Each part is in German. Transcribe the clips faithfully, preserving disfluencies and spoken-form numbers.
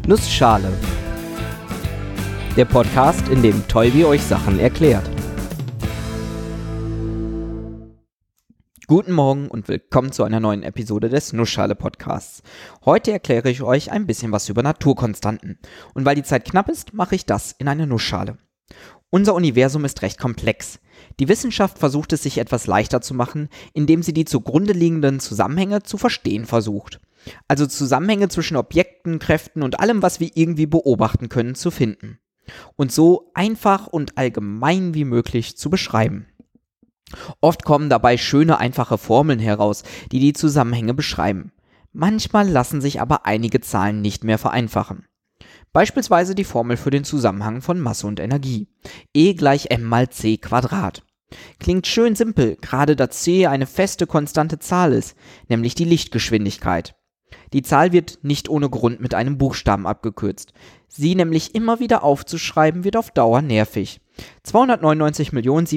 Nussschale. Der Podcast, in dem Tolbi euch Sachen erklärt. Guten Morgen und willkommen zu einer neuen Episode des Nussschale-Podcasts. Heute erkläre ich euch ein bisschen was über Naturkonstanten. Und weil die Zeit knapp ist, mache ich das in einer Nussschale. Unser Universum ist recht komplex. Die Wissenschaft versucht es sich etwas leichter zu machen, indem sie die zugrunde liegenden Zusammenhänge zu verstehen versucht. Also Zusammenhänge zwischen Objekten, Kräften und allem, was wir irgendwie beobachten können, zu finden. Und so einfach und allgemein wie möglich zu beschreiben. Oft kommen dabei schöne, einfache Formeln heraus, die die Zusammenhänge beschreiben. Manchmal lassen sich aber einige Zahlen nicht mehr vereinfachen. Beispielsweise die Formel für den Zusammenhang von Masse und Energie. E gleich m mal c Quadrat. Klingt schön simpel, gerade da c eine feste, konstante Zahl ist, nämlich die Lichtgeschwindigkeit. Die Zahl wird nicht ohne Grund mit einem Buchstaben abgekürzt. Sie nämlich immer wieder aufzuschreiben, wird auf Dauer nervig. zweihundertneunundneunzig Millionen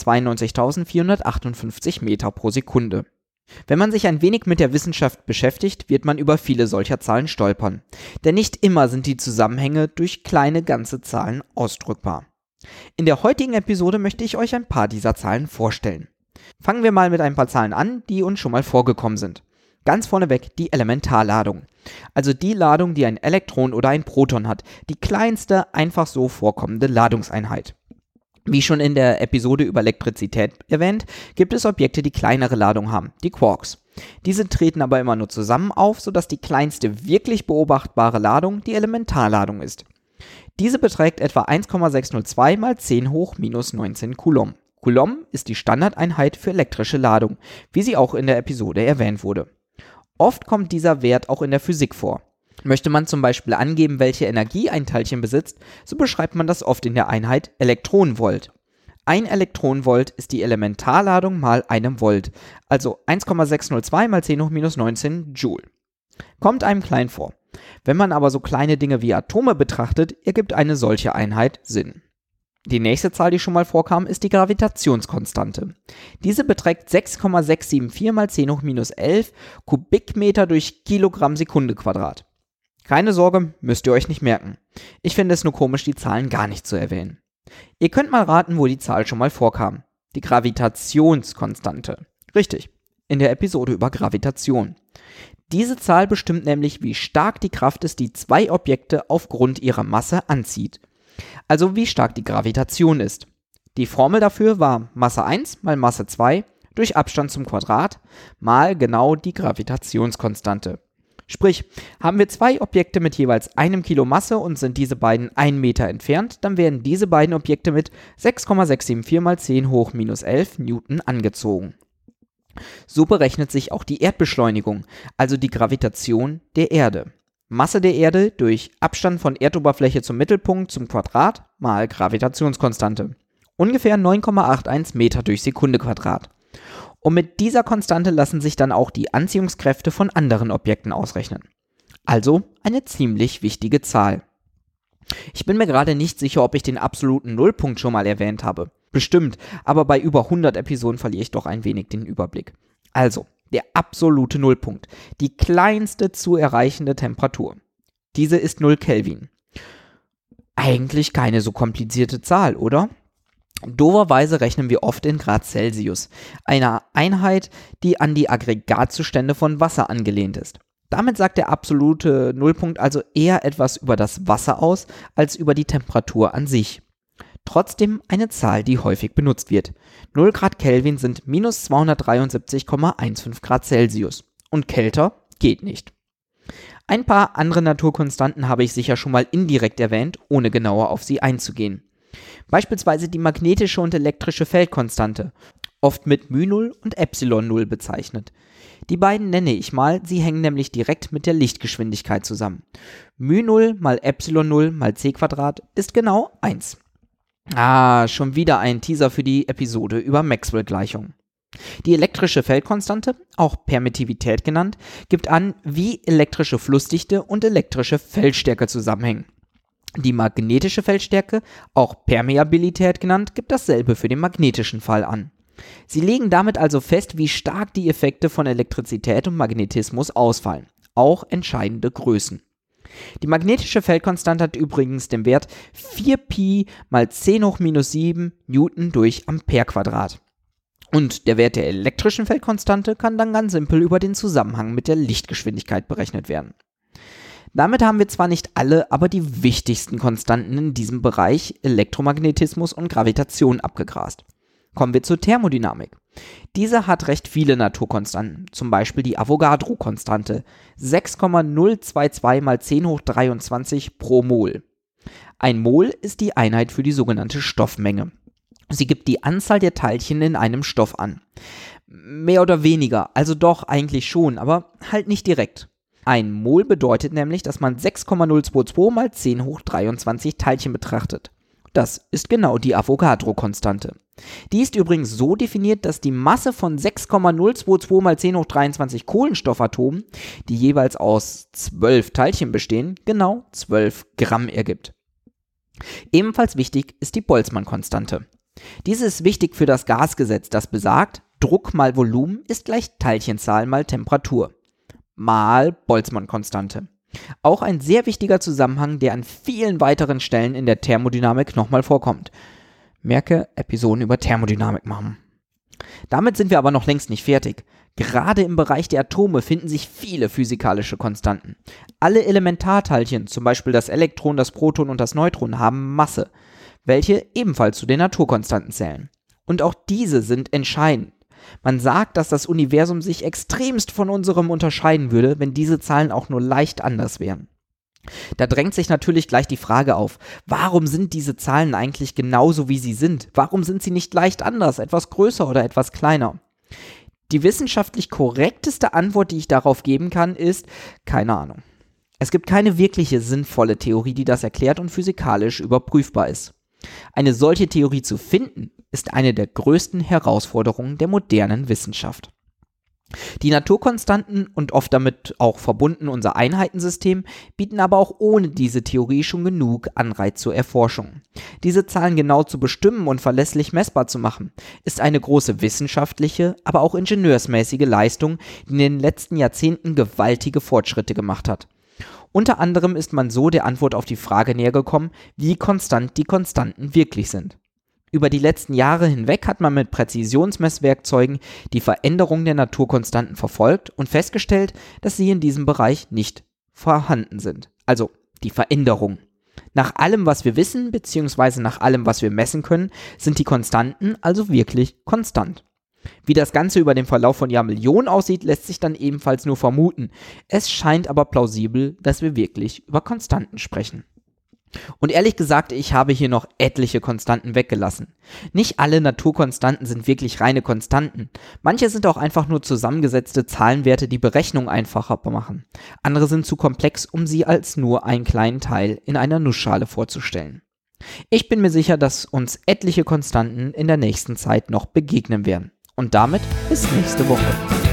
siebenhundertzweiundneunzigtausendvierhundertachtundfünfzig Meter pro Sekunde. Wenn man sich ein wenig mit der Wissenschaft beschäftigt, wird man über viele solcher Zahlen stolpern. Denn nicht immer sind die Zusammenhänge durch kleine ganze Zahlen ausdrückbar. In der heutigen Episode möchte ich euch ein paar dieser Zahlen vorstellen. Fangen wir mal mit ein paar Zahlen an, die uns schon mal vorgekommen sind. Ganz vorneweg die Elementarladung. Also die Ladung, die ein Elektron oder ein Proton hat. Die kleinste, einfach so vorkommende Ladungseinheit. Wie schon in der Episode über Elektrizität erwähnt, gibt es Objekte, die kleinere Ladung haben, die Quarks. Diese treten aber immer nur zusammen auf, sodass die kleinste wirklich beobachtbare Ladung die Elementarladung ist. Diese beträgt etwa eins Komma sechshundertzwei mal zehn hoch minus neunzehn Coulomb. Coulomb ist die Standardeinheit für elektrische Ladung, wie sie auch in der Episode erwähnt wurde. Oft kommt dieser Wert auch in der Physik vor. Möchte man zum Beispiel angeben, welche Energie ein Teilchen besitzt, so beschreibt man das oft in der Einheit Elektronenvolt. Ein Elektronenvolt ist die Elementarladung mal einem Volt, also eins Komma sechshundertzwei mal zehn hoch minus neunzehn Joule. Kommt einem klein vor. Wenn man aber so kleine Dinge wie Atome betrachtet, ergibt eine solche Einheit Sinn. Die nächste Zahl, die schon mal vorkam, ist die Gravitationskonstante. Diese beträgt sechs Komma sechshundertvierundsiebzig mal zehn hoch minus elf Kubikmeter durch Kilogramm Sekunde Quadrat. Keine Sorge, müsst ihr euch nicht merken. Ich finde es nur komisch, die Zahlen gar nicht zu erwähnen. Ihr könnt mal raten, wo die Zahl schon mal vorkam. Die Gravitationskonstante. Richtig, in der Episode über Gravitation. Diese Zahl bestimmt nämlich, wie stark die Kraft ist, die zwei Objekte aufgrund ihrer Masse anzieht. Also wie stark die Gravitation ist. Die Formel dafür war Masse eins mal Masse zwei durch Abstand zum Quadrat mal genau die Gravitationskonstante. Sprich, haben wir zwei Objekte mit jeweils einem Kilo Masse und sind diese beiden einen Meter entfernt, dann werden diese beiden Objekte mit sechs Komma sechshundertvierundsiebzig mal zehn hoch minus elf Newton angezogen. So berechnet sich auch die Erdbeschleunigung, also die Gravitation der Erde. Masse der Erde durch Abstand von Erdoberfläche zum Mittelpunkt zum Quadrat mal Gravitationskonstante. Ungefähr neun Komma einundachtzig Meter durch Sekunde Quadrat. Und mit dieser Konstante lassen sich dann auch die Anziehungskräfte von anderen Objekten ausrechnen. Also eine ziemlich wichtige Zahl. Ich bin mir gerade nicht sicher, ob ich den absoluten Nullpunkt schon mal erwähnt habe. Bestimmt, aber bei über hundert Episoden verliere ich doch ein wenig den Überblick. Also, der absolute Nullpunkt, die kleinste zu erreichende Temperatur. Diese ist null Kelvin. Eigentlich keine so komplizierte Zahl, oder? Doverweise rechnen wir oft in Grad Celsius, einer Einheit, die an die Aggregatzustände von Wasser angelehnt ist. Damit sagt der absolute Nullpunkt also eher etwas über das Wasser aus, als über die Temperatur an sich. Trotzdem eine Zahl, die häufig benutzt wird. null Grad Kelvin sind minus zweihundertdreiundsiebzig Komma fünfzehn Grad Celsius. Und kälter geht nicht. Ein paar andere Naturkonstanten habe ich sicher schon mal indirekt erwähnt, ohne genauer auf sie einzugehen. Beispielsweise die magnetische und elektrische Feldkonstante, oft mit μ null und Epsilon null bezeichnet. Die beiden nenne ich mal, sie hängen nämlich direkt mit der Lichtgeschwindigkeit zusammen. μ null mal Epsilon null mal c Quadrat ist genau eins. Ah, schon wieder ein Teaser für die Episode über Maxwell-Gleichungen. Die elektrische Feldkonstante, auch Permittivität genannt, gibt an, wie elektrische Flussdichte und elektrische Feldstärke zusammenhängen. Die magnetische Feldstärke, auch Permeabilität genannt, gibt dasselbe für den magnetischen Fall an. Sie legen damit also fest, wie stark die Effekte von Elektrizität und Magnetismus ausfallen, auch entscheidende Größen. Die magnetische Feldkonstante hat übrigens den Wert vier Pi mal zehn hoch minus sieben Newton durch Ampere Quadrat. Und der Wert der elektrischen Feldkonstante kann dann ganz simpel über den Zusammenhang mit der Lichtgeschwindigkeit berechnet werden. Damit haben wir zwar nicht alle, aber die wichtigsten Konstanten in diesem Bereich Elektromagnetismus und Gravitation abgegrast. Kommen wir zur Thermodynamik. Diese hat recht viele Naturkonstanten, zum Beispiel die Avogadro-Konstante, sechs Komma null zwei zwei mal zehn hoch dreiundzwanzig pro Mol. Ein Mol ist die Einheit für die sogenannte Stoffmenge. Sie gibt die Anzahl der Teilchen in einem Stoff an. Mehr oder weniger, also doch eigentlich schon, aber halt nicht direkt. Ein Mol bedeutet nämlich, dass man sechs Komma null zwei zwei mal zehn hoch dreiundzwanzig Teilchen betrachtet. Das ist genau die Avogadro-Konstante. Die ist übrigens so definiert, dass die Masse von sechs Komma null zwei zwei mal zehn hoch dreiundzwanzig Kohlenstoffatomen, die jeweils aus zwölf Teilchen bestehen, genau zwölf Gramm ergibt. Ebenfalls wichtig ist die Boltzmann-Konstante. Diese ist wichtig für das Gasgesetz, das besagt, Druck mal Volumen ist gleich Teilchenzahl mal Temperatur. Mal Boltzmann-Konstante. Auch ein sehr wichtiger Zusammenhang, der an vielen weiteren Stellen in der Thermodynamik nochmal vorkommt. Merke, Episoden über Thermodynamik machen. Damit sind wir aber noch längst nicht fertig. Gerade im Bereich der Atome finden sich viele physikalische Konstanten. Alle Elementarteilchen, zum Beispiel das Elektron, das Proton und das Neutron, haben Masse, welche ebenfalls zu den Naturkonstanten zählen. Und auch diese sind entscheidend. Man sagt, dass das Universum sich extremst von unserem unterscheiden würde, wenn diese Zahlen auch nur leicht anders wären. Da drängt sich natürlich gleich die Frage auf, warum sind diese Zahlen eigentlich genauso wie sie sind? Warum sind sie nicht leicht anders, etwas größer oder etwas kleiner? Die wissenschaftlich korrekteste Antwort, die ich darauf geben kann, ist, keine Ahnung. Es gibt keine wirkliche sinnvolle Theorie, die das erklärt und physikalisch überprüfbar ist. Eine solche Theorie zu finden, ist eine der größten Herausforderungen der modernen Wissenschaft. Die Naturkonstanten und oft damit auch verbunden unser Einheitensystem bieten aber auch ohne diese Theorie schon genug Anreiz zur Erforschung. Diese Zahlen genau zu bestimmen und verlässlich messbar zu machen, ist eine große wissenschaftliche, aber auch ingenieursmäßige Leistung, die in den letzten Jahrzehnten gewaltige Fortschritte gemacht hat. Unter anderem ist man so der Antwort auf die Frage näher gekommen, wie konstant die Konstanten wirklich sind. Über die letzten Jahre hinweg hat man mit Präzisionsmesswerkzeugen die Veränderung der Naturkonstanten verfolgt und festgestellt, dass sie in diesem Bereich nicht vorhanden sind. Also die Veränderung. Nach allem, was wir wissen, beziehungsweise nach allem, was wir messen können, sind die Konstanten also wirklich konstant. Wie das Ganze über den Verlauf von Jahrmillionen aussieht, lässt sich dann ebenfalls nur vermuten. Es scheint aber plausibel, dass wir wirklich über Konstanten sprechen. Und ehrlich gesagt, ich habe hier noch etliche Konstanten weggelassen. Nicht alle Naturkonstanten sind wirklich reine Konstanten. Manche sind auch einfach nur zusammengesetzte Zahlenwerte, die Berechnung einfacher machen. Andere sind zu komplex, um sie als nur einen kleinen Teil in einer Nussschale vorzustellen. Ich bin mir sicher, dass uns etliche Konstanten in der nächsten Zeit noch begegnen werden. Und damit bis nächste Woche.